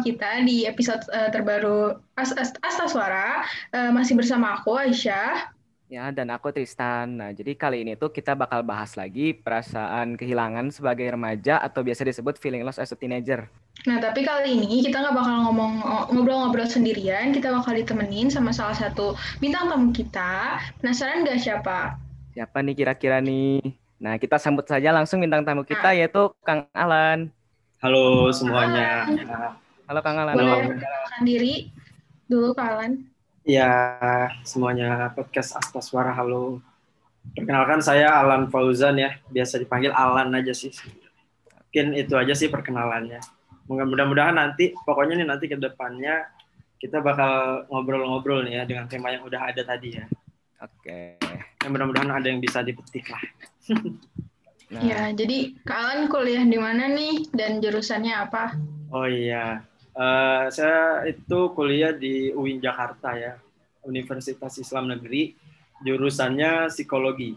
kita di episode terbaru Asta Suara. Masih bersama aku, Aisyah. Ya, dan aku Tristan. Nah, jadi kali ini tuh kita bakal bahas lagi perasaan kehilangan sebagai remaja atau biasa disebut feeling loss as a teenager. Nah, tapi kali ini kita nggak bakal ngobrol-ngobrol sendirian. Kita bakal ditemenin sama salah satu bintang tamu kita. Penasaran nggak siapa? Siapa nih kira-kira nih? Nah, kita sambut saja langsung bintang tamu kita Nah, yaitu Kang Alan. Halo semuanya. Halo Kang Alan. boleh Halo. perkenalkan diri dulu, Kalian. Ya, semuanya podcast Asta Suara. Halo. Perkenalkan saya Alan Fauzan ya. Biasa dipanggil Alan aja sih. Mungkin itu aja sih perkenalannya. Mudah-mudahan pokoknya nih nanti ke depannya kita bakal ngobrol-ngobrol nih ya dengan tema yang udah ada tadi ya. Oke. Ya, mudah-mudahan ada yang bisa dipetik lah. Nah, Ya, jadi kalian kuliah di mana nih dan jurusannya apa? Oh iya, saya itu kuliah di UIN Jakarta ya, Universitas Islam Negeri, jurusannya psikologi.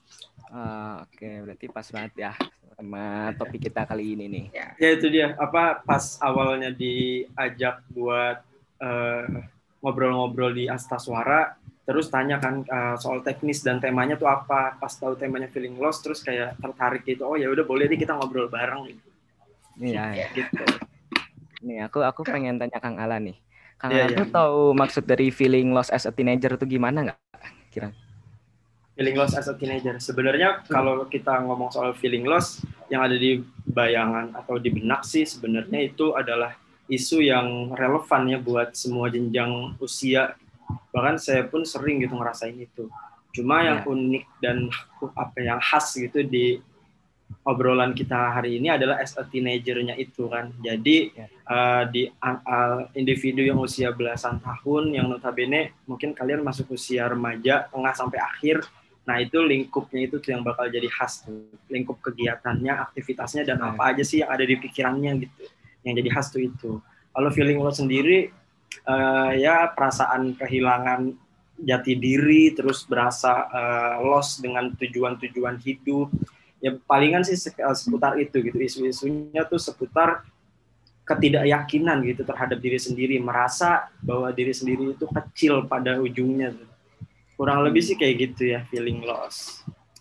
oke, berarti pas banget ya sama topik kita kali ini nih. Ya itu dia, pas awalnya diajak buat ngobrol-ngobrol di Asta Suara, terus tanya kan soal teknis dan temanya tuh apa. Pas tahu temanya feeling loss, terus kayak tertarik gitu. Oh ya udah boleh nih kita ngobrol bareng gitu. Iya, Gitu. Nih, aku pengen tanya Kang Alan nih. Kang Iya, Alan iya. tuh tahu maksud dari feeling loss as a teenager itu gimana nggak? Kira? Feeling loss as a teenager. Sebenarnya kalau kita ngomong soal feeling loss, yang ada di bayangan atau di benak sih sebenarnya itu adalah isu yang relevan ya buat semua jenjang usia. Bahkan saya pun sering gitu ngerasain itu. Cuma yang unik dan yang khas gitu di obrolan kita hari ini adalah as a teenager-nya itu kan. Jadi di individu yang usia belasan tahun yang notabene mungkin kalian masuk usia remaja tengah sampai akhir. Nah, itu lingkupnya itu tuh yang bakal jadi khas tuh. Lingkup kegiatannya, aktivitasnya dan apa aja sih yang ada di pikirannya gitu. Yang jadi khas tuh itu. Kalau feeling lo sendiri ya perasaan kehilangan jati diri, terus berasa lost dengan tujuan-tujuan hidup. Ya palingan sih seputar itu gitu, isu-isunya tuh seputar ketidakyakinan gitu terhadap diri sendiri, merasa bahwa diri sendiri itu kecil pada ujungnya tuh. Kurang lebih sih kayak gitu ya, feeling loss.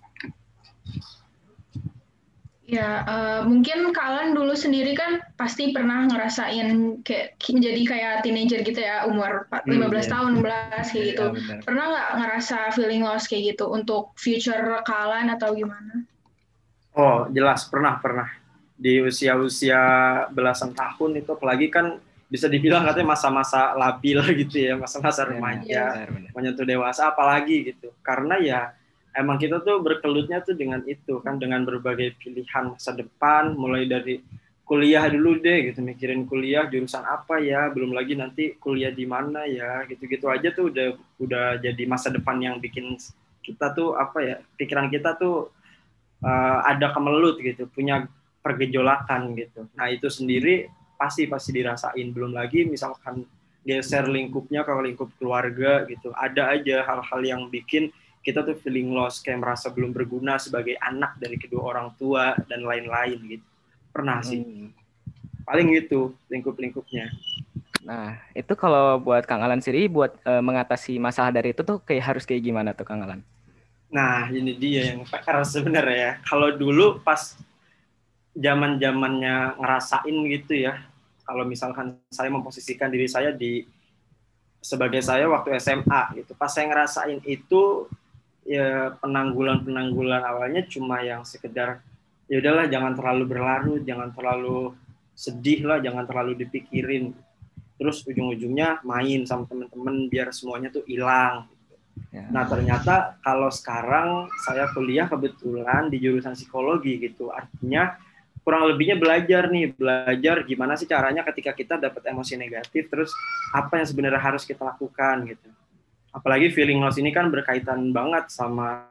Ya, mungkin kalian dulu sendiri kan pasti pernah ngerasain kayak menjadi kayak teenager gitu ya, umur 15 tahun, 16 kayak gitu. Ya, pernah nggak ngerasa feeling loss kayak gitu untuk future kalian atau gimana? Oh, jelas pernah. Di usia-usia belasan tahun itu apalagi kan bisa dibilang katanya masa-masa labil gitu ya, masa-masa remaja, menyentuh dewasa apalagi gitu. Karena ya emang kita tuh berkelutnya tuh dengan itu kan, dengan berbagai pilihan masa depan, mulai dari kuliah dulu deh gitu, mikirin kuliah jurusan apa ya, belum lagi nanti kuliah di mana ya, gitu-gitu aja tuh udah jadi masa depan yang bikin kita tuh pikiran kita tuh ada kemelut gitu, punya pergejolakan gitu. Nah itu sendiri pasti dirasain. Belum lagi misalkan geser lingkupnya ke lingkup keluarga gitu, ada aja hal-hal yang bikin kita tuh feeling lost, kayak merasa belum berguna sebagai anak dari kedua orang tua dan lain-lain gitu. Pernah sih. Paling gitu lingkup-lingkupnya. Nah, itu kalau buat Kang Alan sendiri buat mengatasi masalah dari itu tuh harus kayak gimana tuh Kang Alan? Nah, ini dia yang PR sebenarnya ya. Kalau dulu pas zaman-zamannya ngerasain gitu ya, kalau misalkan saya memposisikan diri saya sebagai saya waktu SMA gitu, pas saya ngerasain itu ya penanggulan awalnya cuma yang sekedar ya udahlah jangan terlalu berlarut, jangan terlalu sedih lah, jangan terlalu dipikirin, terus ujung-ujungnya main sama teman-teman biar semuanya tuh hilang. Nah ternyata kalau sekarang saya kuliah kebetulan di jurusan psikologi gitu, artinya kurang lebihnya belajar gimana sih caranya ketika kita dapat emosi negatif, terus apa yang sebenarnya harus kita lakukan gitu. Apalagi feeling loss ini kan berkaitan banget sama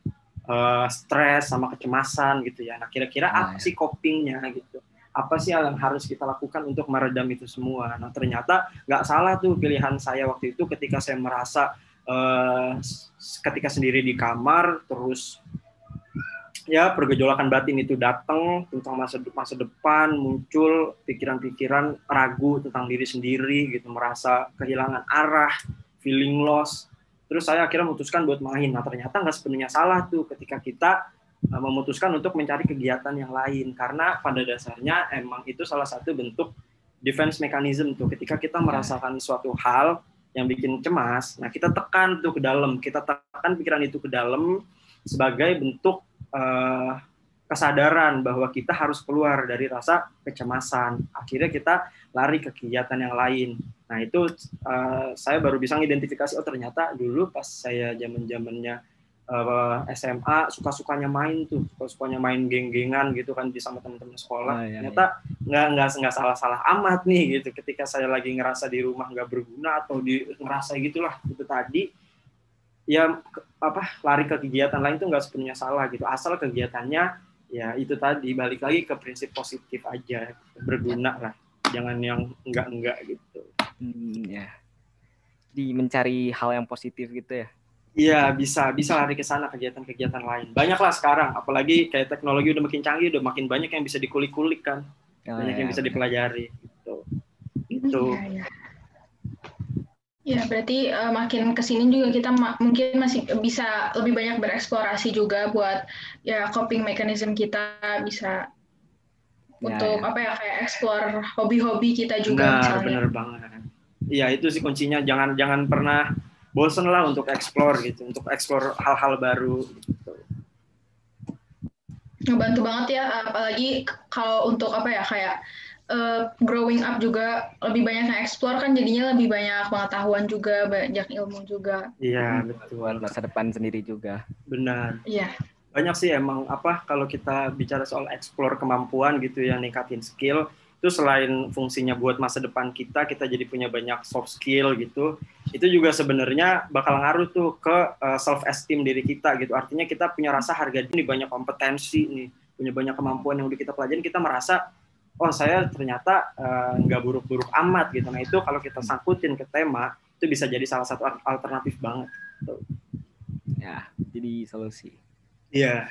stres, sama kecemasan gitu ya. Nah kira-kira apa sih copingnya gitu? Apa sih yang harus kita lakukan untuk meredam itu semua? Nah ternyata nggak salah tuh pilihan saya waktu itu ketika saya merasa ketika sendiri di kamar terus ya pergejolakan batin itu datang tentang masa depan, muncul pikiran-pikiran ragu tentang diri sendiri gitu, merasa kehilangan arah, feeling loss. Terus saya akhirnya memutuskan buat main. Nah ternyata nggak sepenuhnya salah tuh ketika kita memutuskan untuk mencari kegiatan yang lain, karena pada dasarnya emang itu salah satu bentuk defense mechanism tuh, ketika kita merasakan suatu hal yang bikin cemas, nah kita tekan tuh ke dalam, kita tekan pikiran itu ke dalam sebagai bentuk kesadaran bahwa kita harus keluar dari rasa kecemasan. Akhirnya kita lari ke kegiatan yang lain. Nah itu saya baru bisa mengidentifikasi, oh ternyata dulu pas saya zaman-zamannya SMA suka-sukanya main tuh, suka-sukanya main geng-gengan gitu kan sama teman-teman sekolah. Ternyata nggak salah-salah amat nih gitu. Ketika saya lagi ngerasa di rumah nggak berguna atau ngerasa gitulah itu tadi, ya lari ke kegiatan lain tuh nggak sepenuhnya salah gitu, asal kegiatannya ya itu tadi balik lagi ke prinsip positif aja, berguna lah, jangan yang enggak gitu. Ya, di mencari hal yang positif gitu ya. Iya, bisa lari ke sana, kegiatan-kegiatan lain banyak lah sekarang, apalagi kayak teknologi udah makin canggih, udah makin banyak yang bisa dikulik-kulik kan, banyak yang bisa dipelajari gitu. Ya, berarti makin kesini juga kita mungkin masih bisa lebih banyak bereksplorasi juga buat ya coping mechanism kita, bisa untuk kayak explore hobi-hobi kita juga misalnya. Benar banget. Iya, itu sih kuncinya, jangan pernah bosen lah untuk explore gitu, untuk explore hal-hal baru gitu. Ngebantu banget ya, apalagi kalau untuk kayak growing up juga lebih banyak nge-explore kan, jadinya lebih banyak pengetahuan juga, banyak ilmu juga. Iya, betul. Masa depan sendiri juga. Benar. Iya. Banyak sih emang kalau kita bicara soal explore kemampuan gitu ya, ningkatin skill, itu selain fungsinya buat masa depan kita jadi punya banyak soft skill gitu, itu juga sebenarnya bakal ngaruh tuh ke self esteem diri kita gitu. Artinya kita punya rasa harga diri, banyak kompetensi nih, punya banyak kemampuan yang udah kita pelajarin, kita merasa oh saya ternyata nggak buruk-buruk amat gitu. Nah itu kalau kita sangkutin ke tema, itu bisa jadi salah satu alternatif banget gitu. Ya, jadi solusi. Iya.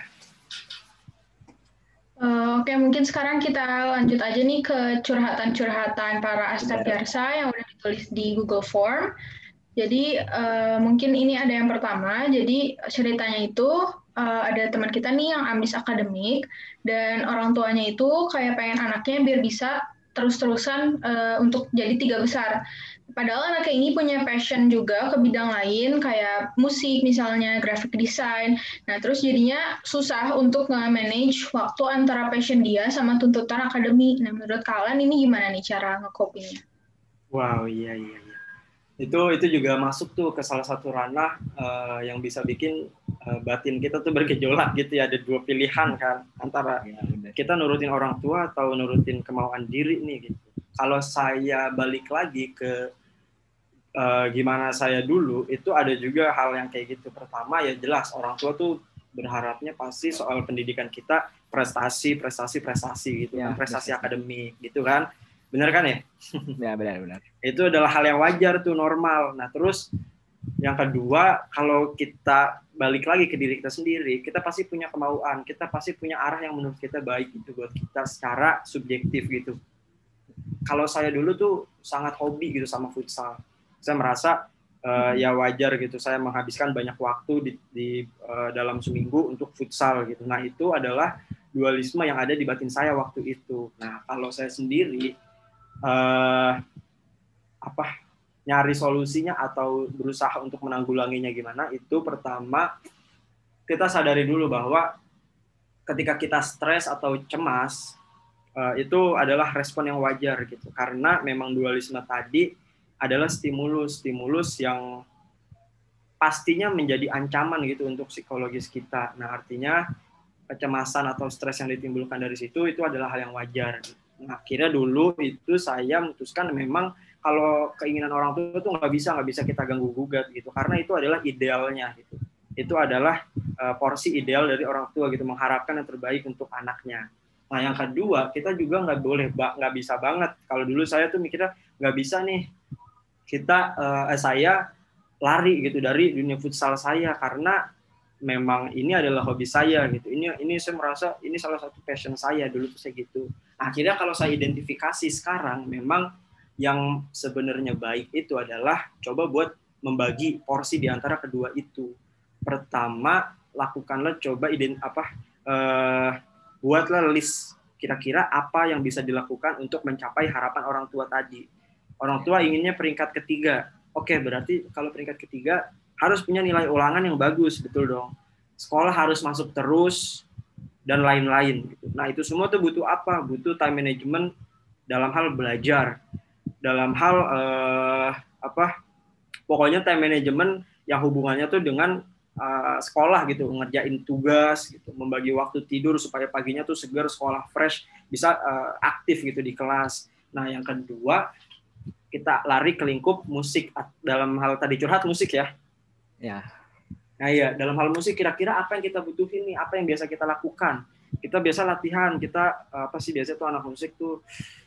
Oke, mungkin sekarang kita lanjut aja nih ke curhatan-curhatan para Astapiarsa yang udah ditulis di Google Form. Jadi mungkin ini ada yang pertama. Jadi ceritanya itu ada teman kita nih yang ambis akademik, dan orang tuanya itu kayak pengen anaknya biar bisa terus-terusan untuk jadi 3 besar. Padahal anaknya ini punya passion juga ke bidang lain, kayak musik misalnya, graphic design. Nah, terus jadinya susah untuk nge-manage waktu antara passion dia sama tuntutan akademik. Nah, menurut kalian ini gimana nih cara nge-coping-nya? Wow, iya. Itu juga masuk tuh ke salah satu ranah yang bisa bikin batin kita tuh bergejolak gitu ya. Ada 2 pilihan kan, antara kita nurutin orang tua atau nurutin kemauan diri nih gitu. Kalau saya balik lagi ke gimana saya dulu, itu ada juga hal yang kayak gitu. Pertama ya jelas orang tua tuh berharapnya pasti soal pendidikan kita prestasi gitu kan, prestasi akademik gitu kan. Benar kan ya? Ya, benar. Itu adalah hal yang wajar tuh, normal. Nah, terus yang kedua, kalau kita balik lagi ke diri kita sendiri, kita pasti punya kemauan, kita pasti punya arah yang menurut kita baik gitu buat kita secara subjektif gitu. Kalau saya dulu tuh sangat hobi gitu sama futsal. Saya merasa ya wajar gitu, saya menghabiskan banyak waktu di dalam seminggu untuk futsal gitu. Nah, itu adalah dualisme yang ada di batin saya waktu itu. Nah, kalau saya sendiri nyari solusinya atau berusaha untuk menanggulanginya gimana, itu pertama kita sadari dulu bahwa ketika kita stres atau cemas itu adalah respon yang wajar gitu, karena memang dualisme tadi adalah stimulus yang pastinya menjadi ancaman gitu untuk psikologis kita. Nah, artinya kecemasan atau stres yang ditimbulkan dari situ itu adalah hal yang wajar. Nah, akhirnya dulu itu saya memutuskan memang kalau keinginan orang tua itu nggak bisa kita ganggu gugat gitu, karena itu adalah idealnya gitu. Itu adalah porsi ideal dari orang tua gitu, mengharapkan yang terbaik untuk anaknya. Nah, yang kedua, kita juga nggak bisa banget. Kalau dulu saya tuh mikirnya nggak bisa nih saya lari gitu dari dunia futsal saya, karena memang ini adalah hobi saya gitu. Ini saya merasa ini salah satu passion saya dulu tuh saya gitu. Akhirnya kalau saya identifikasi sekarang, memang yang sebenarnya baik itu adalah coba buat membagi porsi di antara kedua itu. Pertama, lakukanlah coba buatlah list kira-kira apa yang bisa dilakukan untuk mencapai harapan orang tua tadi. Orang tua inginnya peringkat ketiga. Oke, berarti kalau peringkat ketiga harus punya nilai ulangan yang bagus, betul dong. Sekolah harus masuk terus dan lain-lain. Nah, itu semua tuh butuh apa? Butuh time management dalam hal belajar, dalam hal pokoknya time management yang hubungannya tuh dengan sekolah gitu, ngerjain tugas gitu, membagi waktu tidur supaya paginya tuh segar, sekolah fresh, bisa aktif gitu di kelas. Nah, yang kedua, kita lari ke lingkup musik. Dalam hal tadi curhat musik ya. Ya. Nah iya, dalam hal musik kira-kira apa yang kita butuhin nih, apa yang biasa kita lakukan. Kita biasa latihan, kita apa sih biasa tuh anak musik tuh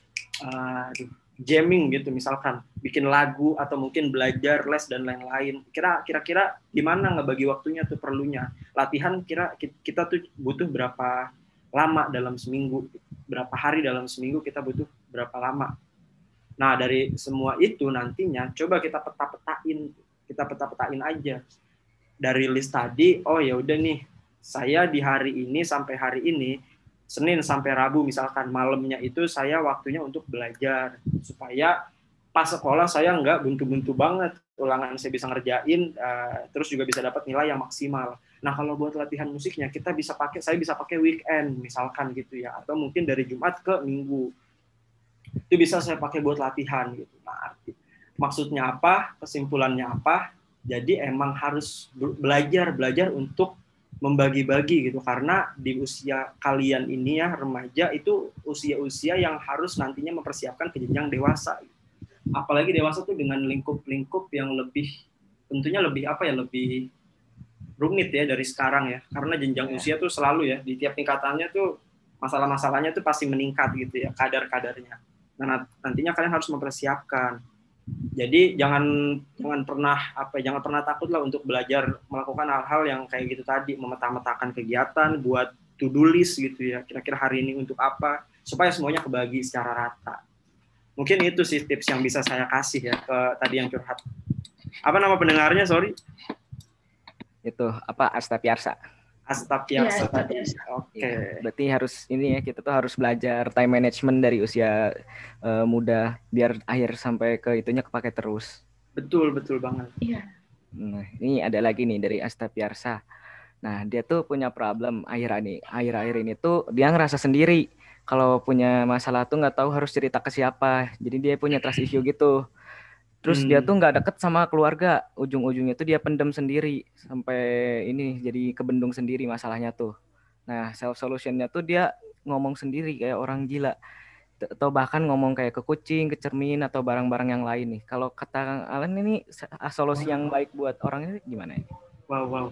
jamming gitu misalkan, bikin lagu atau mungkin belajar les dan lain-lain. Kira-kira gimana ngebagi waktunya tuh perlunya. Latihan kita tuh butuh berapa lama dalam seminggu, berapa hari dalam seminggu kita butuh berapa lama. Nah, dari semua itu nantinya coba kita peta-petain aja. Dari list tadi, oh ya udah nih, saya di hari ini sampai hari ini, Senin sampai Rabu misalkan, malamnya itu saya waktunya untuk belajar supaya pas sekolah saya nggak buntu-buntu banget, ulangan saya bisa ngerjain, terus juga bisa dapat nilai yang maksimal. Nah, kalau buat latihan musiknya saya bisa pakai weekend misalkan gitu ya, atau mungkin dari Jumat ke Minggu. Itu bisa saya pakai buat latihan gitu. Nah, maksudnya apa? Kesimpulannya apa? Jadi emang harus belajar untuk membagi-bagi gitu, karena di usia kalian ini ya remaja itu usia-usia yang harus nantinya mempersiapkan ke jenjang dewasa. Apalagi dewasa tuh dengan lingkup-lingkup yang tentunya lebih rumit ya dari sekarang ya, karena jenjang usia tuh selalu ya di tiap tingkatannya tuh masalah-masalahnya tuh pasti meningkat gitu ya kadar-kadarnya. Nah, nantinya kalian harus mempersiapkan. Jadi jangan pernah takut lah untuk belajar melakukan hal-hal yang kayak gitu tadi, memeta-metakan kegiatan, buat to-do list gitu ya, kira-kira hari ini untuk apa, supaya semuanya kebagi secara rata. Mungkin itu sih tips yang bisa saya kasih ya ke tadi yang curhat. Apa nama pendengarnya, sorry? Itu apa, Astapiarsa. Astapiarsa. Oke. Berarti kita tuh harus belajar time management dari usia muda biar akhir sampai ke itunya kepake terus. Betul banget. Iya. Nah, ini ada lagi nih dari Astapiarsa. Nah, dia tuh punya problem akhir-akhir ini tuh dia ngerasa sendiri. Kalau punya masalah tuh nggak tahu harus cerita ke siapa. Jadi dia punya trust issue gitu. Terus dia tuh nggak deket sama keluarga, ujung-ujungnya tuh dia pendem sendiri sampai ini jadi kebendung sendiri masalahnya tuh. Nah, self solutionnya tuh dia ngomong sendiri kayak orang gila, atau bahkan ngomong kayak ke kucing, ke cermin atau barang-barang yang lain nih. Kalau kata Kang Alan ini solusi yang baik buat orang ini gimana ini? Wow.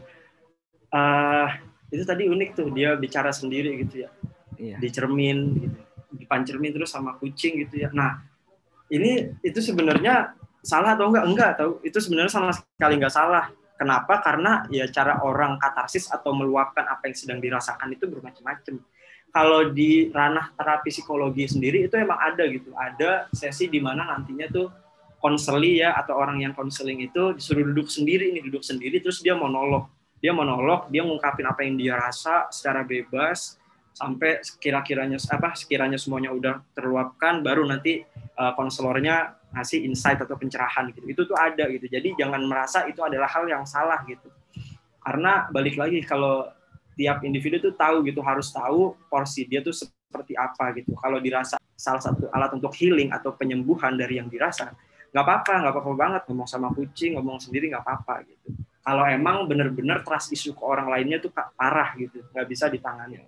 Itu tadi unik tuh, dia bicara sendiri gitu ya. Iya. Di cermin, gitu. Di depan cermin terus sama kucing gitu ya. Nah, itu sebenarnya salah atau enggak tahu, itu sebenarnya sama sekali enggak salah. Kenapa? Karena ya cara orang katarsis atau meluapkan apa yang sedang dirasakan itu bermacam-macam. Kalau di ranah terapi psikologi sendiri itu emang ada gitu, ada sesi di mana nantinya tuh konseli ya, atau orang yang konseling itu disuruh duduk sendiri terus dia monolog, dia ngungkapin apa yang dia rasa secara bebas sampai sekiranya semuanya udah terluapkan, baru nanti konselornya ngasih insight atau pencerahan gitu. Itu tuh ada gitu. Jadi jangan merasa itu adalah hal yang salah gitu. Karena balik lagi, kalau tiap individu tuh harus tahu porsi dia tuh seperti apa gitu. Kalau dirasa salah satu alat untuk healing atau penyembuhan dari yang dirasa, nggak apa-apa banget ngomong sama kucing, ngomong sendiri nggak apa-apa gitu. Kalau emang benar-benar trust issue ke orang lainnya tuh parah gitu, nggak bisa ditangani.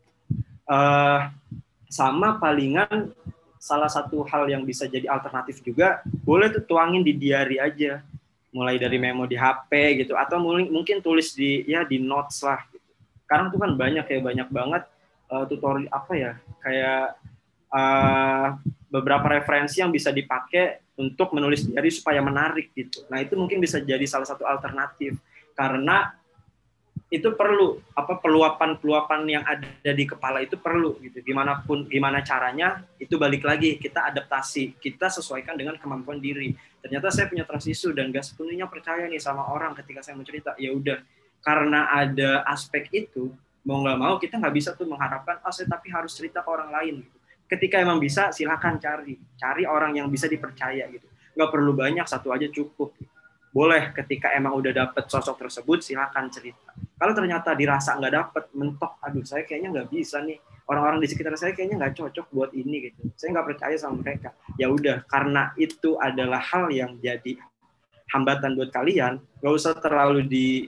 Sama palingan salah satu hal yang bisa jadi alternatif juga, boleh tuh tuangin di diary aja, mulai dari memo di HP gitu, atau mungkin tulis di notes lah gitu. Sekarang tuh kan banyak banget tutorial kayak beberapa referensi yang bisa dipakai untuk menulis diary supaya menarik gitu. Nah, itu mungkin bisa jadi salah satu alternatif, karena itu perlu peluapan yang ada di kepala itu perlu gitu. Gimana caranya itu balik lagi kita adaptasi, kita sesuaikan dengan kemampuan diri. Ternyata saya punya trust issue dan gak sepenuhnya percaya nih sama orang ketika saya mau cerita. Ya udah, karena ada aspek itu, mau nggak mau kita nggak bisa tuh mengharapkan saya tapi harus cerita ke orang lain gitu. Ketika emang bisa, silakan cari orang yang bisa dipercaya gitu. Nggak perlu banyak, satu aja cukup. Boleh ketika emang udah dapet sosok tersebut, silakan cerita. Kalau ternyata dirasa nggak dapet, mentok, aduh saya kayaknya nggak bisa nih, orang-orang di sekitar saya kayaknya nggak cocok buat ini gitu, saya nggak percaya sama mereka. Ya udah, karena itu adalah hal yang jadi hambatan buat kalian, nggak usah terlalu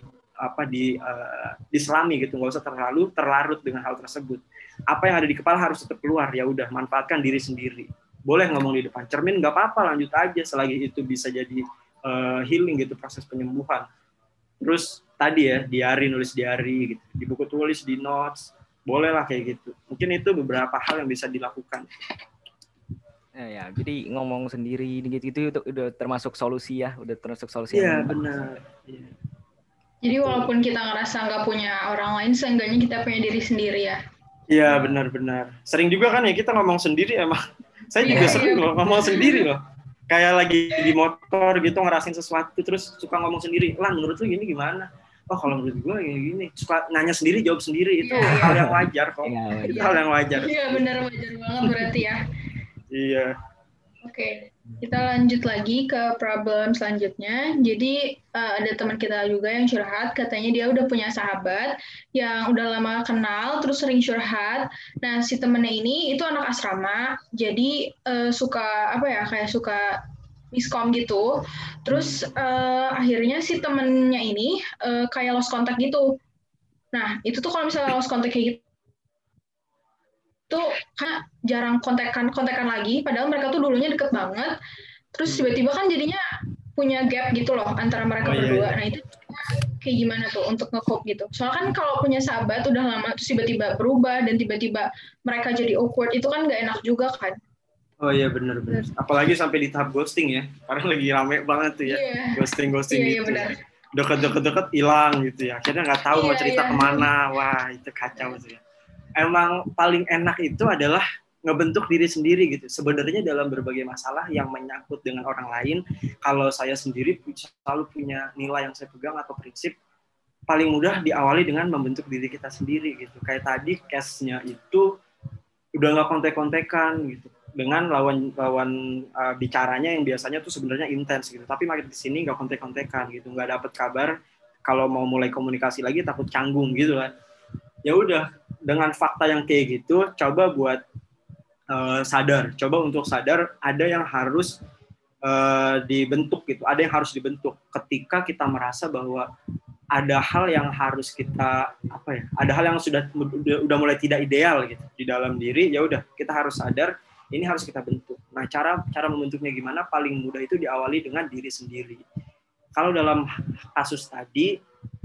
diselami gitu, nggak usah terlalu terlarut dengan hal tersebut. Apa yang ada di kepala harus tetap keluar. Ya udah, manfaatkan diri sendiri. Boleh ngomong di depan cermin, nggak apa-apa, lanjut aja selagi itu bisa jadi healing gitu, proses penyembuhan. Terus tadi ya, nulis diary gitu, di buku tulis, di notes, bolehlah kayak gitu. Mungkin itu beberapa hal yang bisa dilakukan. Ya, jadi ngomong sendiri gitu-gitu itu udah termasuk solusi ya, udah termasuk solusi. Iya, benar. Ya. Jadi walaupun kita ngerasa nggak punya orang lain, seenggaknya kita punya diri sendiri ya. Iya, benar-benar. Sering juga kan ya kita ngomong sendiri emang. Saya juga sering loh ngomong sendiri loh. Kayak lagi di motor gitu ngerasain sesuatu terus suka ngomong sendiri. Lan, menurut lu gini gimana? Oh, kalau menurut gue gini. Suka nanya sendiri, jawab sendiri. Itu hal yang wajar kok. Itu hal yang wajar. Iya, benar, wajar banget berarti ya. Iya. Oke, kita lanjut lagi ke problem selanjutnya. Jadi ada teman kita juga yang curhat, katanya dia udah punya sahabat yang udah lama kenal, terus sering curhat. Nah, si temennya ini itu anak asrama, jadi suka kayak suka miskom gitu. Terus akhirnya si temennya ini kayak lost contact gitu. Nah, itu tuh kalau misalnya lost contact kayak gitu, itu kan jarang kontekan lagi, padahal mereka tuh dulunya deket banget, terus tiba-tiba kan jadinya punya gap gitu loh antara mereka berdua. Nah itu kayak gimana tuh untuk nge-cope gitu? Soalnya kan kalau punya sahabat udah lama terus tiba-tiba berubah dan tiba-tiba mereka jadi awkward, itu kan nggak enak juga kan? Oh iya, benar. Apalagi sampai di tahap ghosting ya, karena lagi rame banget tuh ya, ghosting gitu. Deket hilang gitu ya, akhirnya nggak tahu mau cerita kemana. Wah, itu kacau sih. Emang paling enak itu adalah ngebentuk diri sendiri gitu. Sebenarnya dalam berbagai masalah yang menyangkut dengan orang lain, kalau saya sendiri selalu punya nilai yang saya pegang atau prinsip, paling mudah diawali dengan membentuk diri kita sendiri gitu. Kayak tadi case-nya itu udah nggak kontek-kontekan gitu dengan lawan bicaranya yang biasanya tuh sebenarnya intens gitu, tapi makin di sini nggak kontek-kontekan gitu, nggak dapet kabar kalau mau mulai komunikasi lagi takut canggung gitu kan. Ya udah, dengan fakta yang kayak gitu, coba buat coba untuk sadar ada yang harus dibentuk gitu, ada yang harus dibentuk ketika kita merasa bahwa ada hal yang harus kita ada hal yang udah mulai tidak ideal gitu di dalam diri. Ya udah, kita harus sadar ini harus kita bentuk. Nah, cara membentuknya gimana? Paling mudah itu diawali dengan diri sendiri. Kalau dalam kasus tadi,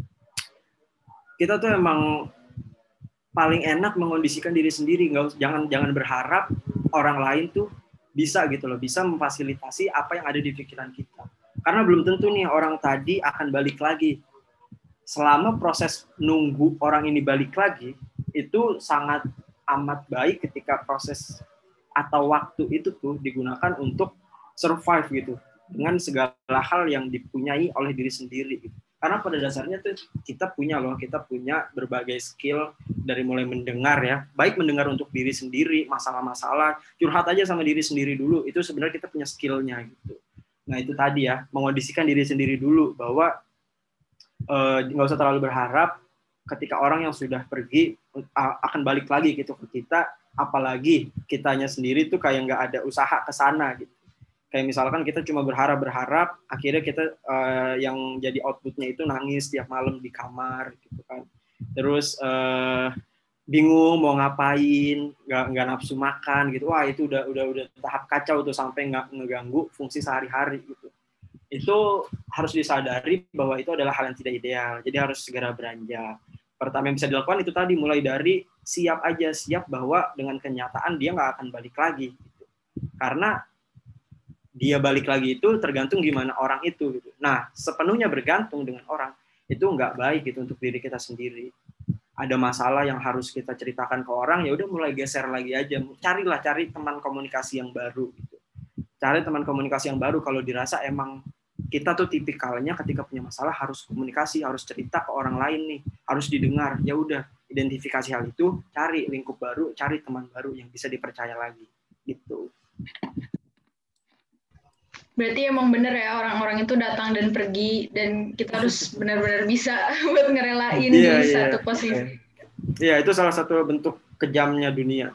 kita tuh emang paling enak mengondisikan diri sendiri. Jangan berharap orang lain tuh bisa gitu loh, bisa memfasilitasi apa yang ada di pikiran kita. Karena belum tentu nih orang tadi akan balik lagi. Selama proses nunggu orang ini balik lagi, itu sangat amat baik ketika proses atau waktu itu tuh digunakan untuk survive gitu, dengan segala hal yang dipunyai oleh diri sendiri gitu. Karena pada dasarnya tuh kita punya berbagai skill, dari mulai mendengar ya, baik mendengar untuk diri sendiri, masalah-masalah, curhat aja sama diri sendiri dulu, itu sebenarnya kita punya skillnya gitu. Nah itu tadi ya, mengondisikan diri sendiri dulu bahwa nggak usah terlalu berharap ketika orang yang sudah pergi akan balik lagi gitu ke kita, apalagi kitanya sendiri tuh kayak nggak ada usaha ke sana gitu. Kayak misalkan kita cuma berharap, akhirnya kita yang jadi outputnya itu nangis tiap malam di kamar gitu kan. Terus bingung mau ngapain, nggak nafsu makan gitu. Wah itu udah tahap kacau tuh, sampai nggak ngeganggu fungsi sehari-hari gitu. Itu harus disadari bahwa itu adalah hal yang tidak ideal. Jadi harus segera beranjak. Pertama yang bisa dilakukan itu tadi, mulai dari siap bahwa dengan kenyataan dia nggak akan balik lagi gitu. Karena dia balik lagi itu tergantung gimana orang itu gitu. Nah, sepenuhnya bergantung dengan orang. itu nggak baik gitu untuk diri kita sendiri. Ada masalah yang harus kita ceritakan ke orang, ya udah mulai geser lagi aja. Cari teman komunikasi yang baru gitu. Cari teman komunikasi yang baru kalau dirasa emang kita tuh tipikalnya ketika punya masalah harus komunikasi, harus cerita ke orang lain nih, harus didengar. Ya udah, identifikasi hal itu, cari lingkup baru, cari teman baru yang bisa dipercaya lagi gitu. Berarti emang bener ya, orang-orang itu datang dan pergi, dan kita harus benar-benar bisa buat ngerelain di satu posisi. Iya, itu salah satu bentuk kejamnya dunia.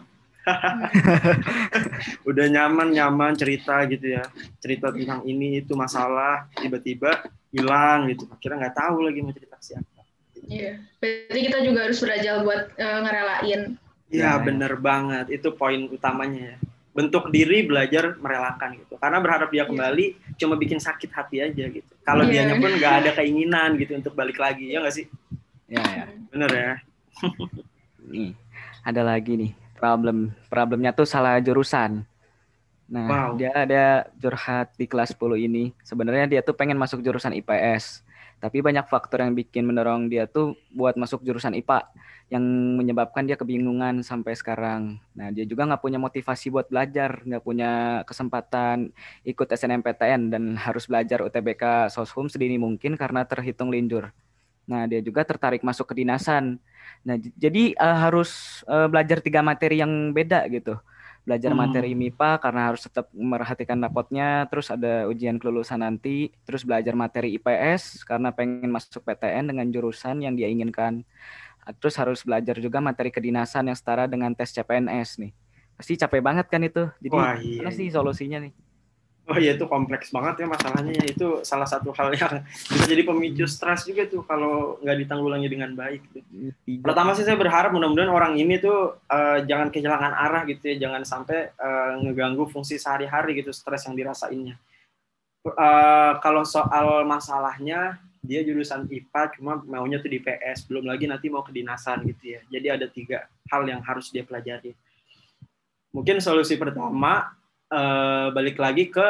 Udah nyaman cerita gitu ya, cerita tentang ini itu masalah, tiba-tiba hilang gitu, akhirnya nggak tahu lagi mau cerita ke siapa. Iya, berarti kita juga harus belajar buat ngerelain. Iya, bener banget, itu poin utamanya ya. Bentuk diri belajar merelakan gitu, karena berharap dia kembali cuma bikin sakit hati aja gitu. Kalau dianya pun nggak ada keinginan gitu untuk balik lagi, ya nggak sih? Ya. Bener ya. Nih, ada lagi nih. Problemnya tuh salah jurusan. Nah, dia ada curhat di kelas 10 ini. Sebenarnya dia tuh pengen masuk jurusan IPS. Tapi banyak faktor yang bikin mendorong dia tuh buat masuk jurusan IPA. Yang menyebabkan dia kebingungan sampai sekarang. Nah, dia juga nggak punya motivasi buat belajar. Nggak punya kesempatan ikut SNMPTN. Dan harus belajar UTBK Soshum sedini mungkin karena terhitung linjur. Nah, dia juga tertarik masuk kedinasan. Nah, jadi harus belajar 3 materi yang beda gitu. Belajar materi MIPA karena harus tetap merhatikan rapotnya, terus ada ujian kelulusan nanti, terus belajar materi IPS karena pengen masuk PTN dengan jurusan yang dia inginkan. Terus harus belajar juga materi kedinasan yang setara dengan tes CPNS nih. Pasti capek banget kan itu. Jadi, mana sih solusinya nih? Oh iya, itu kompleks banget ya masalahnya. Itu salah satu hal yang bisa jadi pemicu stres juga tuh kalau nggak ditanggulangi dengan baik. Pertama sih saya berharap mudah-mudahan orang ini tuh jangan kehilangan arah gitu ya, jangan sampai ngeganggu fungsi sehari-hari gitu, stres yang dirasainnya. Kalau soal masalahnya, dia jurusan IPA cuma maunya tuh di PS, belum lagi nanti mau kedinasan gitu ya. Jadi ada 3 hal yang harus dia pelajari. Mungkin solusi pertama, balik lagi ke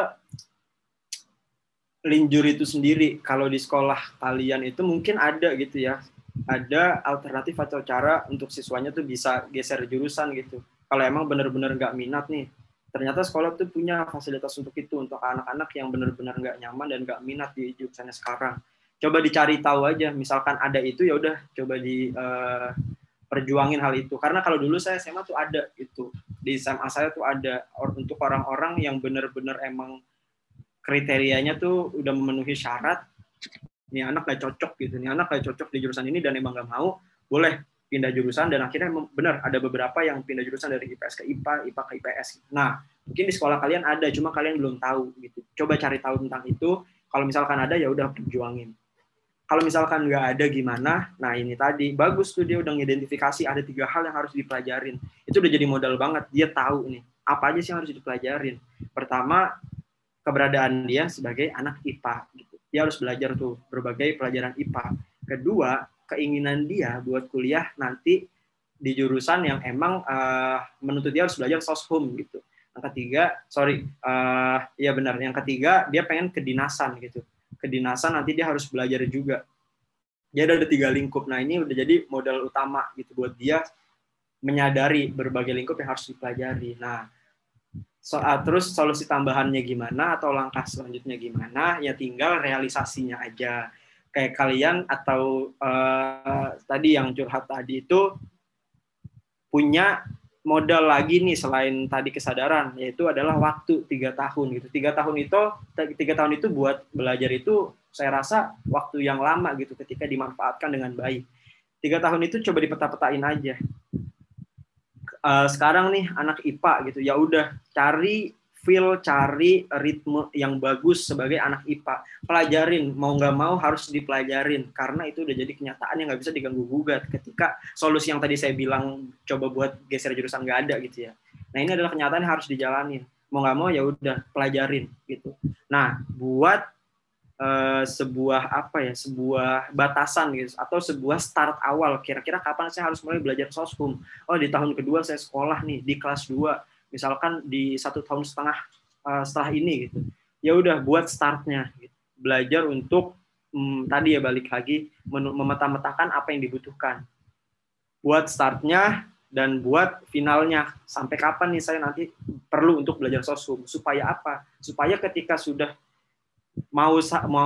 linjur itu sendiri. Kalau di sekolah kalian itu mungkin ada gitu ya, ada alternatif atau cara untuk siswanya tuh bisa geser jurusan gitu. Kalau emang benar-benar nggak minat nih, ternyata sekolah tuh punya fasilitas untuk itu, untuk anak-anak yang benar-benar nggak nyaman dan nggak minat di jurusannya sekarang. Coba dicari tahu aja, misalkan ada itu ya udah coba perjuangin hal itu. Karena kalau dulu saya SMA tuh ada itu, di SMA saya tuh ada untuk orang-orang yang benar-benar emang kriterianya tuh udah memenuhi syarat, nih anak gak cocok gitu, nih anak gak cocok di jurusan ini dan emang gak mau, boleh pindah jurusan. Dan akhirnya benar ada beberapa yang pindah jurusan dari IPS ke IPA, IPA ke IPS. Nah, mungkin di sekolah kalian ada, cuma kalian belum tahu gitu. Coba cari tahu tentang itu. Kalau misalkan ada ya udah perjuangin. Kalau misalkan nggak ada gimana? Nah ini tadi bagus tuh, dia udah ngidentifikasi ada 3 hal yang harus dipelajarin. Itu udah jadi modal banget. Dia tahu nih apa aja sih yang harus dipelajarin. Pertama, keberadaan dia sebagai anak IPA gitu. Dia harus belajar tuh berbagai pelajaran IPA. Kedua, keinginan dia buat kuliah nanti di jurusan yang emang menuntut dia harus belajar soshum gitu. Yang ketiga, ya benar. Yang ketiga, dia pengen kedinasan gitu. Kedinasan nanti dia harus belajar juga. Dia ada 3 lingkup. Nah ini udah jadi modal utama gitu buat dia menyadari berbagai lingkup yang harus dipelajari. Nah, terus solusi tambahannya gimana atau langkah selanjutnya gimana? Ya tinggal realisasinya aja. Kayak kalian atau tadi yang curhat tadi itu punya modal lagi nih selain tadi kesadaran, yaitu adalah waktu 3 tahun gitu. 3 tahun itu buat belajar itu saya rasa waktu yang lama gitu ketika dimanfaatkan dengan baik. 3 tahun itu coba dipeta-petain aja. Sekarang nih anak IPA gitu, ya udah cari ritme yang bagus sebagai anak IPA. Pelajarin, mau nggak mau harus dipelajarin, karena itu udah jadi kenyataan yang nggak bisa diganggu-gugat ketika solusi yang tadi saya bilang coba buat geser jurusan nggak ada gitu ya. Nah ini adalah kenyataan yang harus dijalanin. Mau nggak mau ya udah pelajarin gitu. Nah buat sebuah batasan gitu atau sebuah start awal, kira-kira kapan saya harus mulai belajar soshum. Oh di tahun kedua saya sekolah nih di kelas 2, misalkan di 1,5 tahun setelah ini gitu. Ya udah buat startnya gitu. Belajar untuk tadi ya balik lagi memeta-metakan apa yang dibutuhkan buat startnya dan buat finalnya. Sampai kapan nih saya nanti perlu untuk belajar soshum, supaya apa? Supaya ketika sudah mau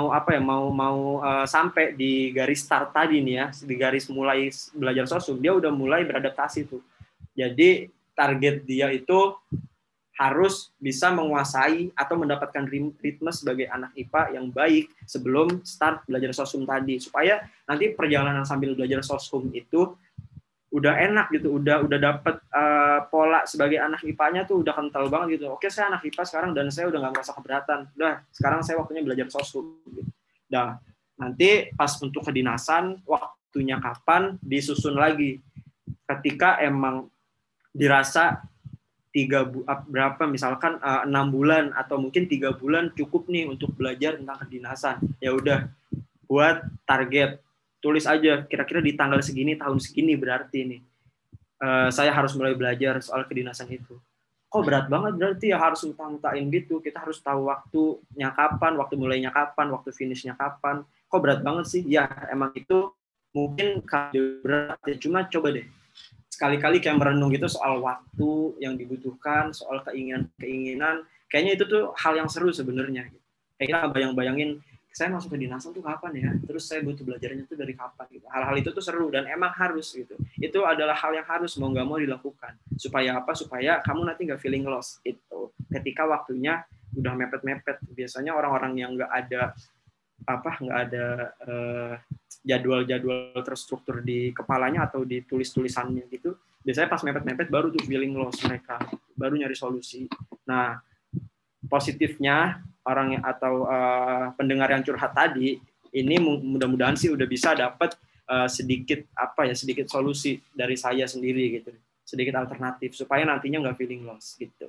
sampai di garis start tadi nih ya, di garis mulai belajar soshum, dia udah mulai beradaptasi tuh. Jadi target dia itu harus bisa menguasai atau mendapatkan ritme sebagai anak IPA yang baik sebelum start belajar soshum tadi, supaya nanti perjalanan sambil belajar soshum itu udah enak gitu, udah dapet pola sebagai anak IPA-nya tuh udah kental banget gitu. Oke, saya anak IPA sekarang dan saya udah nggak merasa keberatan. Udah, sekarang saya waktunya belajar soshum. Gitu. Nah, nanti pas untuk kedinasan, waktunya kapan disusun lagi. Ketika emang dirasa berapa misalkan 6 bulan atau mungkin 3 bulan cukup nih untuk belajar tentang kedinasan, ya udah buat target, tulis aja kira-kira di tanggal segini tahun segini berarti nih saya harus mulai belajar soal kedinasan itu. Kok berat banget berarti ya, harus muta-mutain gitu, kita harus tahu waktunya kapan, waktu mulainya kapan, waktu finishnya kapan. Kok berat banget sih? Ya emang itu mungkin berat ya, cuma coba deh sekali-kali kayak merenung gitu soal waktu yang dibutuhkan, soal keinginan, kayaknya itu tuh hal yang seru sebenarnya. Kayak kita bayang-bayangin, saya masuk ke dinasan tuh kapan ya, terus saya butuh belajarnya tuh dari kapan. Gitu. Hal-hal itu tuh seru dan emang harus gitu. Itu adalah hal yang harus mau nggak mau dilakukan. Supaya apa? Supaya kamu nanti nggak feeling lost itu. Ketika waktunya udah mepet-mepet, biasanya orang-orang yang nggak ada jadwal-jadwal terstruktur di kepalanya atau di tulisannya gitu, biasanya pas mepet-mepet baru tuh feeling loss mereka, baru nyari solusi. Nah, positifnya orang atau pendengar yang curhat tadi ini mudah-mudahan sih udah bisa dapat sedikit solusi dari saya sendiri gitu, sedikit alternatif supaya nantinya nggak feeling loss gitu.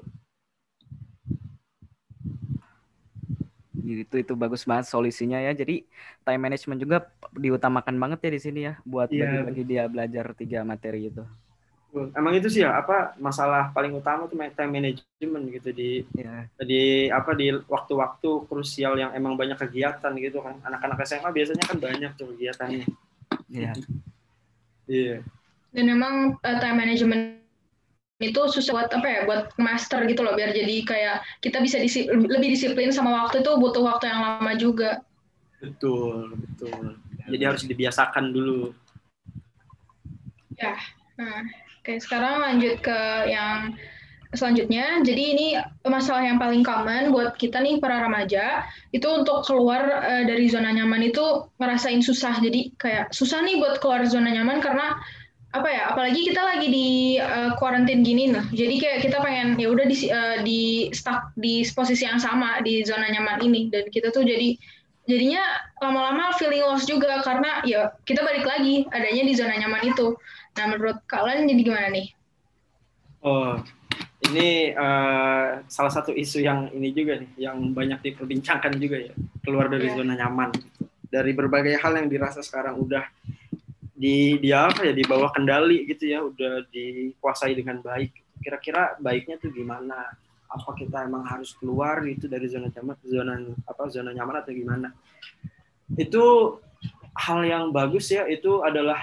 Itu bagus banget solusinya ya. Jadi time management juga diutamakan banget ya di sini ya, buat bagi dia belajar 3 materi itu. Emang itu sih ya masalah paling utama tuh time management gitu di waktu-waktu krusial yang emang banyak kegiatan gitu kan. Anak-anak SMA biasanya kan banyak tuh kegiatannya. Iya. Iya. Dan emang time management itu susah buat master gitu loh, biar jadi kayak kita bisa lebih disiplin sama waktu, itu butuh waktu yang lama juga. Betul. Jadi harus dibiasakan dulu. Ya. Nah, oke, sekarang lanjut ke yang selanjutnya. Jadi ini masalah yang paling common buat kita nih para remaja, itu untuk keluar dari zona nyaman itu ngerasain susah. Jadi kayak susah nih buat keluar zona nyaman karena apalagi kita lagi di quarantine gini nah. Jadi kayak kita pengen ya udah di stuck di posisi yang sama di zona nyaman ini, dan kita tuh jadinya lama-lama feeling lost juga karena ya kita balik lagi adanya di zona nyaman itu. Nah, menurut kalian jadi gimana nih? Oh, ini salah satu isu yang ini juga nih, yang banyak diperbincangkan juga ya, keluar dari zona nyaman. Dari berbagai hal yang dirasa sekarang udah di bawah kendali gitu ya, udah dikuasai dengan baik. Kira-kira baiknya tuh gimana? Apa kita emang harus keluar gitu dari zona nyaman atau gimana? Itu hal yang bagus ya, itu adalah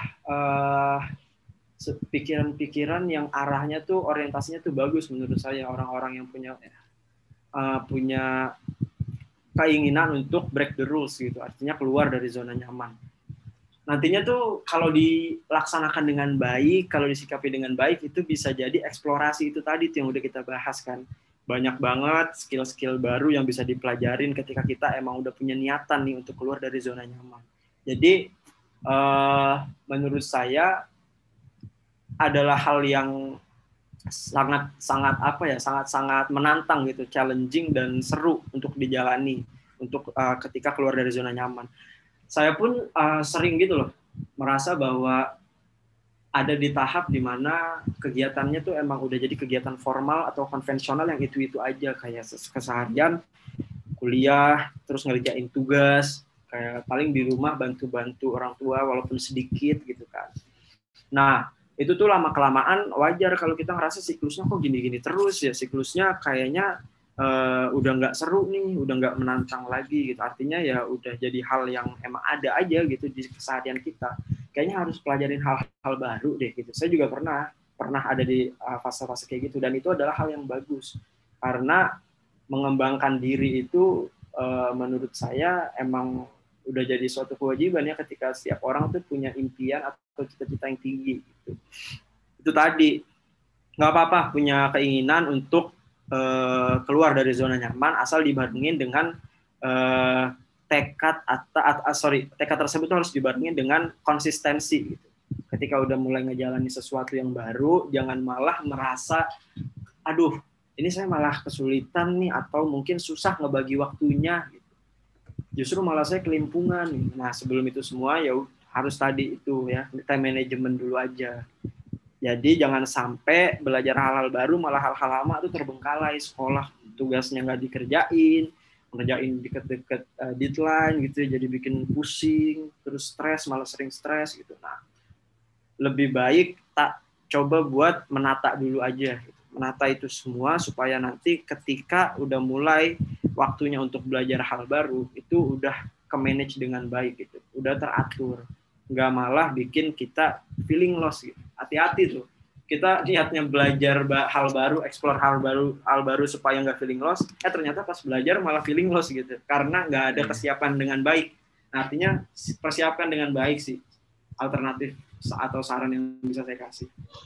pikiran-pikiran yang arahnya tuh orientasinya tuh bagus menurut saya. Orang-orang yang punya keinginan untuk break the rules gitu, artinya keluar dari zona nyaman. Nantinya tuh kalau dilaksanakan dengan baik, kalau disikapi dengan baik, itu bisa jadi eksplorasi itu tadi tuh yang udah kita bahas kan. Banyak banget skill-skill baru yang bisa dipelajarin ketika kita emang udah punya niatan nih untuk keluar dari zona nyaman. Jadi menurut saya adalah hal yang sangat menantang gitu, challenging dan seru untuk dijalani untuk ketika keluar dari zona nyaman. Saya pun sering gitu loh merasa bahwa ada di tahap di mana kegiatannya tuh emang udah jadi kegiatan formal atau konvensional yang itu aja, kayak keseharian kuliah terus ngerjain tugas, kayak paling di rumah bantu-bantu orang tua walaupun sedikit gitu kan. Nah, itu tuh lama-kelamaan wajar kalau kita ngerasa siklusnya kok gini-gini terus ya, siklusnya kayaknya udah nggak seru nih, udah nggak menantang lagi gitu. Artinya ya udah jadi hal yang emang ada aja gitu di keseharian kita. Kayaknya harus pelajarin hal-hal baru deh gitu. Saya juga pernah ada di fase-fase kayak gitu, dan itu adalah hal yang bagus karena mengembangkan diri itu menurut saya emang udah jadi suatu kewajiban ya, ketika setiap orang tuh punya impian atau cita-cita yang tinggi gitu. Itu tadi, nggak apa-apa punya keinginan untuk keluar dari zona nyaman asal dibarengin dengan tekad tersebut harus dibarengin dengan konsistensi gitu. Ketika udah mulai ngejalani sesuatu yang baru, jangan malah merasa aduh ini saya malah kesulitan nih, atau mungkin susah ngebagi waktunya gitu. Justru malah saya kelimpungan. Nah, sebelum itu semua ya harus tadi itu ya, time management dulu aja. Jadi jangan sampai belajar hal-hal baru malah hal-hal lama itu terbengkalai. Sekolah tugasnya nggak dikerjain, ngerjain deket-deket deadline gitu, jadi bikin pusing, terus stres, malah sering stres gitu. Nah, lebih baik tak coba buat menata dulu aja gitu. Menata itu semua supaya nanti ketika udah mulai waktunya untuk belajar hal baru itu udah ke-manage dengan baik gitu, udah teratur, nggak malah bikin kita feeling lost gitu. Hati-hati tuh, kita niatnya belajar hal baru, explore hal baru supaya nggak feeling lost, ternyata pas belajar malah feeling lost gitu, karena nggak ada kesiapan dengan baik. Nah, artinya persiapkan dengan baik sih, alternatif atau saran yang bisa saya kasih.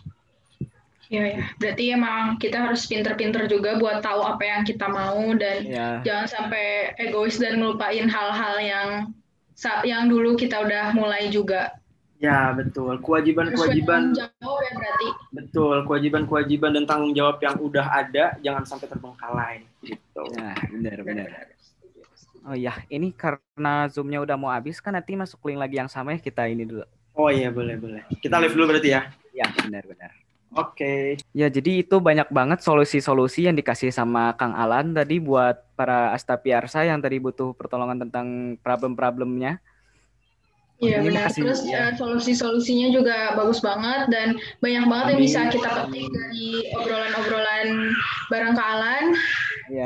Ya, berarti emang kita harus pinter-pinter juga buat tahu apa yang kita mau, dan jangan sampai egois dan ngelupain hal-hal yang dulu kita udah mulai juga. Ya, betul. Kewajiban-kewajiban. Jawab ya berarti. Betul, kewajiban-kewajiban dan tanggung jawab yang udah ada jangan sampai terbengkalai gitu. Nah, benar. Oh ya, ini karena Zoom-nya udah mau habis kan, nanti masuk link lagi yang sama ya, kita ini dulu. Oh iya, boleh. Kita live dulu berarti ya? Ya, benar. Oke. Ya, jadi itu banyak banget solusi-solusi yang dikasih sama Kang Alan tadi buat para Astapiarsa yang tadi butuh pertolongan tentang problem-problemnya. Iya benar. Terus solusi-solusinya juga bagus banget, dan banyak banget yang bisa kita petik dari obrolan-obrolan bareng Kak Alan. Ya,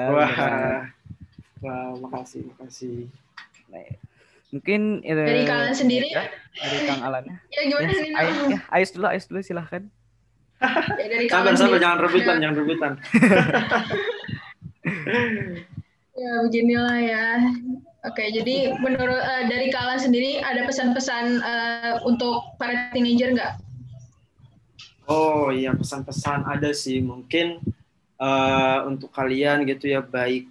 wah, makasih. Mungkin dari Kak Alan sendiri ya, dari Kang Alan. Ya gimana nih? Ais dulu silahkan. Ya, dari sabar, jangan rebutan. Ya beginilah ya. Oke, jadi menurut dari Kak Alan sendiri ada pesan-pesan untuk para teenager nggak? Oh iya, pesan-pesan ada sih. Mungkin untuk kalian gitu ya, baik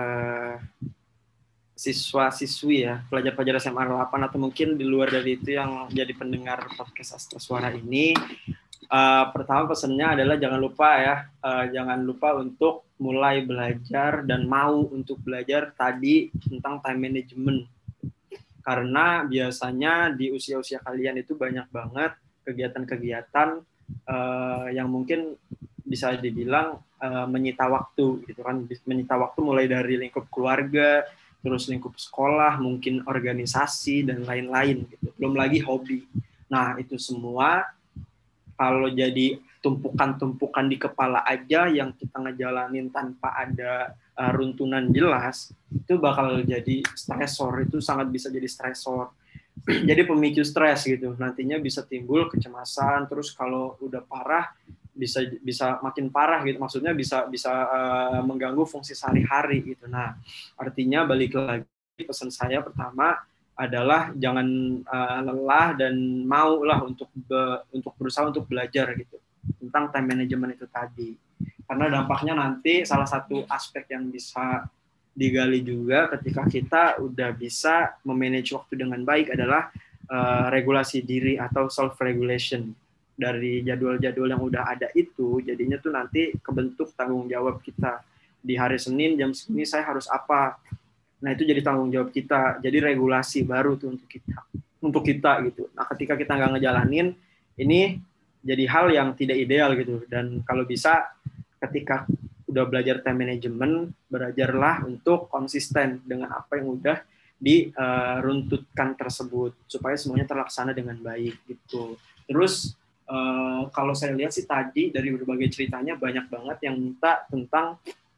siswa-siswi ya, pelajar-pelajar SMA 8 atau mungkin di luar dari itu yang jadi pendengar podcast Astra Suara ini. Pertama pesannya adalah jangan lupa untuk mulai belajar dan mau untuk belajar tadi tentang time management, karena biasanya di usia-usia kalian itu banyak banget kegiatan-kegiatan yang mungkin bisa dibilang menyita waktu gitu kan, menyita waktu mulai dari lingkup keluarga, terus lingkup sekolah, mungkin organisasi dan lain-lain gitu, belum lagi hobi. Nah, itu semua kalau jadi tumpukan-tumpukan di kepala aja yang kita ngejalanin tanpa ada runtunan jelas, itu bakal jadi stresor, itu sangat bisa jadi stresor. Jadi pemicu stres gitu. Nantinya bisa timbul kecemasan, terus kalau udah parah bisa makin parah gitu. Maksudnya bisa mengganggu fungsi sehari-hari gitu. Nah, artinya balik lagi pesan saya pertama adalah jangan lelah dan maulah untuk berusaha untuk belajar gitu tentang time management itu tadi, karena dampaknya nanti salah satu aspek yang bisa digali juga ketika kita udah bisa memanage waktu dengan baik adalah regulasi diri atau self regulation. Dari jadwal-jadwal yang udah ada itu jadinya tuh nanti kebentuk tanggung jawab kita, di hari Senin jam segini saya harus apa. Nah, itu jadi tanggung jawab kita, jadi regulasi baru tuh untuk kita gitu. Nah, ketika kita nggak ngejalanin, ini jadi hal yang tidak ideal gitu. Dan kalau bisa, ketika udah belajar time management, belajarlah untuk konsisten dengan apa yang udah diruntutkan tersebut, supaya semuanya terlaksana dengan baik gitu. Terus, kalau saya lihat sih tadi, dari berbagai ceritanya, banyak banget yang minta tentang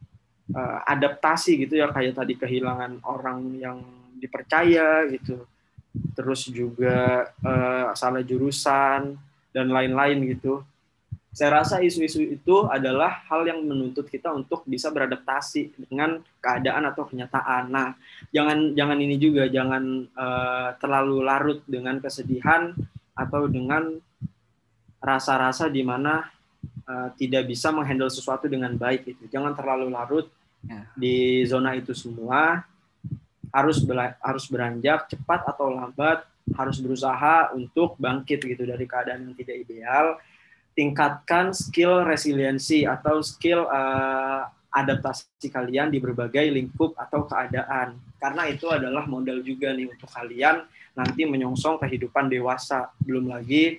adaptasi gitu ya, kayak tadi kehilangan orang yang dipercaya gitu, terus juga salah jurusan dan lain-lain gitu. Saya rasa isu-isu itu adalah hal yang menuntut kita untuk bisa beradaptasi dengan keadaan atau kenyataan. Nah, jangan ini juga, jangan terlalu larut dengan kesedihan atau dengan rasa-rasa di mana tidak bisa menghandle sesuatu dengan baik gitu. Jangan terlalu larut di zona itu semua. Harus beranjak cepat atau lambat, harus berusaha untuk bangkit gitu dari keadaan yang tidak ideal. Tingkatkan skill resiliensi atau skill adaptasi kalian di berbagai lingkup atau keadaan. Karena itu adalah modal juga nih untuk kalian nanti menyongsong kehidupan dewasa. Belum lagi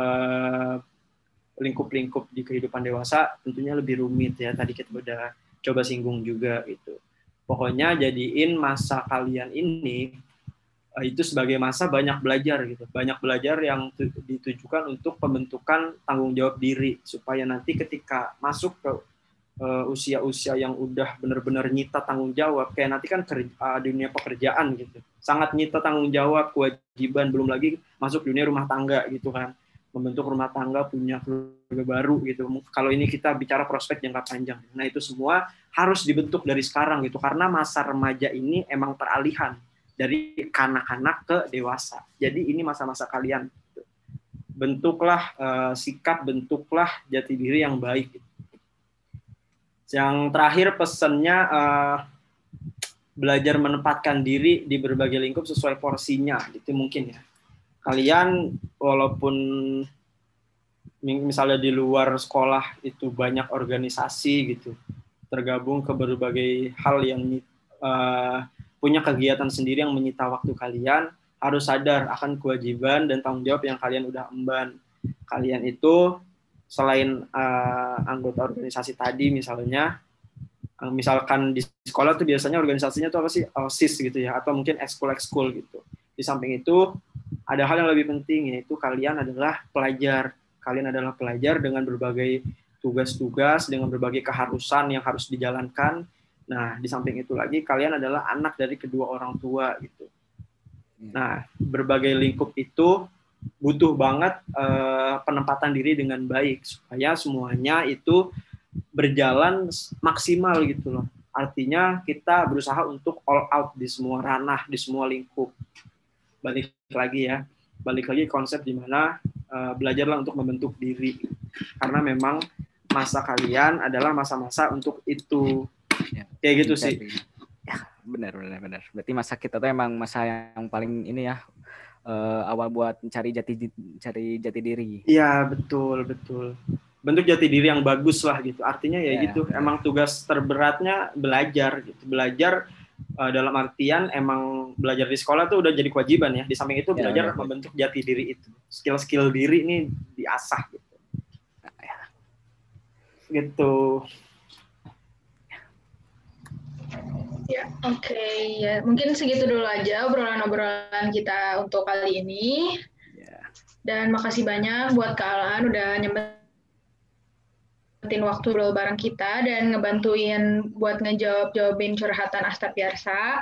lingkup-lingkup di kehidupan dewasa tentunya lebih rumit ya. Tadi kita udah coba singgung juga gitu. Pokoknya jadiin masa kalian ini itu sebagai masa banyak belajar gitu. Banyak belajar yang ditujukan untuk pembentukan tanggung jawab diri supaya nanti ketika masuk ke usia-usia yang udah benar-benar nyita tanggung jawab, kayak nanti kan dunia pekerjaan gitu. Sangat nyita tanggung jawab, kewajiban, belum lagi masuk dunia rumah tangga gitu kan. Membentuk rumah tangga, punya keluarga baru gitu. Kalau ini kita bicara prospek jangka panjang. Nah, itu semua harus dibentuk dari sekarang gitu, karena masa remaja ini emang peralihan dari kanak-kanak ke dewasa. Jadi ini masa-masa kalian. Bentuklah sikap, bentuklah jati diri yang baik. Yang terakhir pesannya belajar menempatkan diri di berbagai lingkup sesuai porsinya. Gitu mungkin ya. Kalian walaupun misalnya di luar sekolah itu banyak organisasi gitu, tergabung ke berbagai hal yang punya kegiatan sendiri yang menyita waktu kalian, harus sadar akan kewajiban dan tanggung jawab yang kalian udah emban. Kalian itu selain anggota organisasi tadi misalnya, misalkan di sekolah tuh biasanya organisasinya tuh apa sih? OSIS gitu ya, atau mungkin ekskul gitu. Di samping itu ada hal yang lebih penting, yaitu kalian adalah pelajar. Kalian adalah pelajar dengan berbagai tugas-tugas, dengan berbagai keharusan yang harus dijalankan. Nah, di samping itu lagi, kalian adalah anak dari kedua orang tua gitu. Nah, berbagai lingkup itu butuh banget penempatan diri dengan baik supaya semuanya itu berjalan maksimal gitu loh. Artinya kita berusaha untuk all out di semua ranah, di semua lingkup. Balik lagi konsep di mana belajarlah untuk membentuk diri, karena memang masa kalian adalah masa-masa untuk itu. Kayak gitu sih. Ya, benar. Berarti masa kita tuh emang masa yang paling ini ya, awal buat cari jati diri. Iya, betul. Bentuk jati diri yang bagus lah gitu. Artinya ya gitu. Benar. Emang tugas terberatnya belajar gitu. Belajar dalam artian emang belajar di sekolah tuh udah jadi kewajiban ya. Di samping itu belajar membentuk jati diri itu. Skill-skill diri ini diasah gitu. Gitu. Ya, oke. Ya, mungkin segitu dulu aja obrolan-obrolan kita untuk kali ini. Dan makasih banyak buat Kak Alan udah nyempetin waktu dulu bareng kita dan ngebantuin buat ngejawabin curhatan Astapiarsa.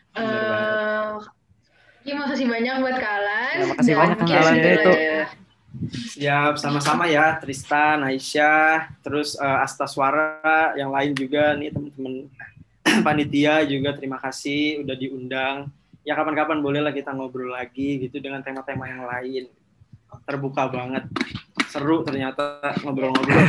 Makasih banyak buat Kak Alan. Ya, makasih banyak Kak Alan itu. Siap, sama-sama ya Tristan, Aisyah, terus Astaswara, yang lain juga nih teman-teman panitia juga terima kasih udah diundang. Ya kapan-kapan bolehlah kita ngobrol lagi gitu dengan tema-tema yang lain. Terbuka banget. Seru ternyata ngobrol-ngobrol.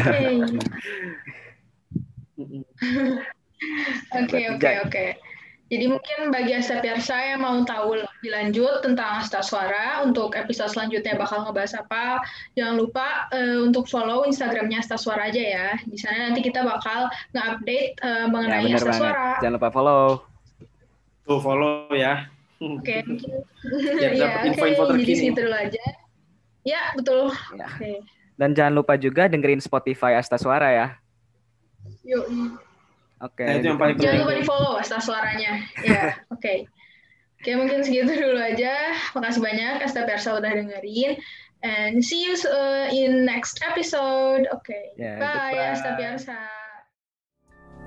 Oke. Jadi mungkin bagi Astapiarsa yang mau tahu lebih lanjut tentang Astaswara, untuk episode selanjutnya bakal ngebahas apa, jangan lupa untuk follow Instagramnya Astaswara aja ya. Di sana nanti kita bakal nge-update mengenai Astaswara. Jangan lupa follow. Tuh follow ya. Oke. Biar dapat info-info terkini. Jadi segitu dulu aja. Ya, betul. Ya. Okay. Dan jangan lupa juga dengerin Spotify Astaswara ya. Yuk. Oke. Nah, itu yang paling penting. Jangan lupa di-follow Astaswaranya. Ya, oke. Oke, mungkin segitu dulu aja. Makasih banyak Astapiarsa udah dengerin. And see you in next episode. Oke. Bye Astapiarsa.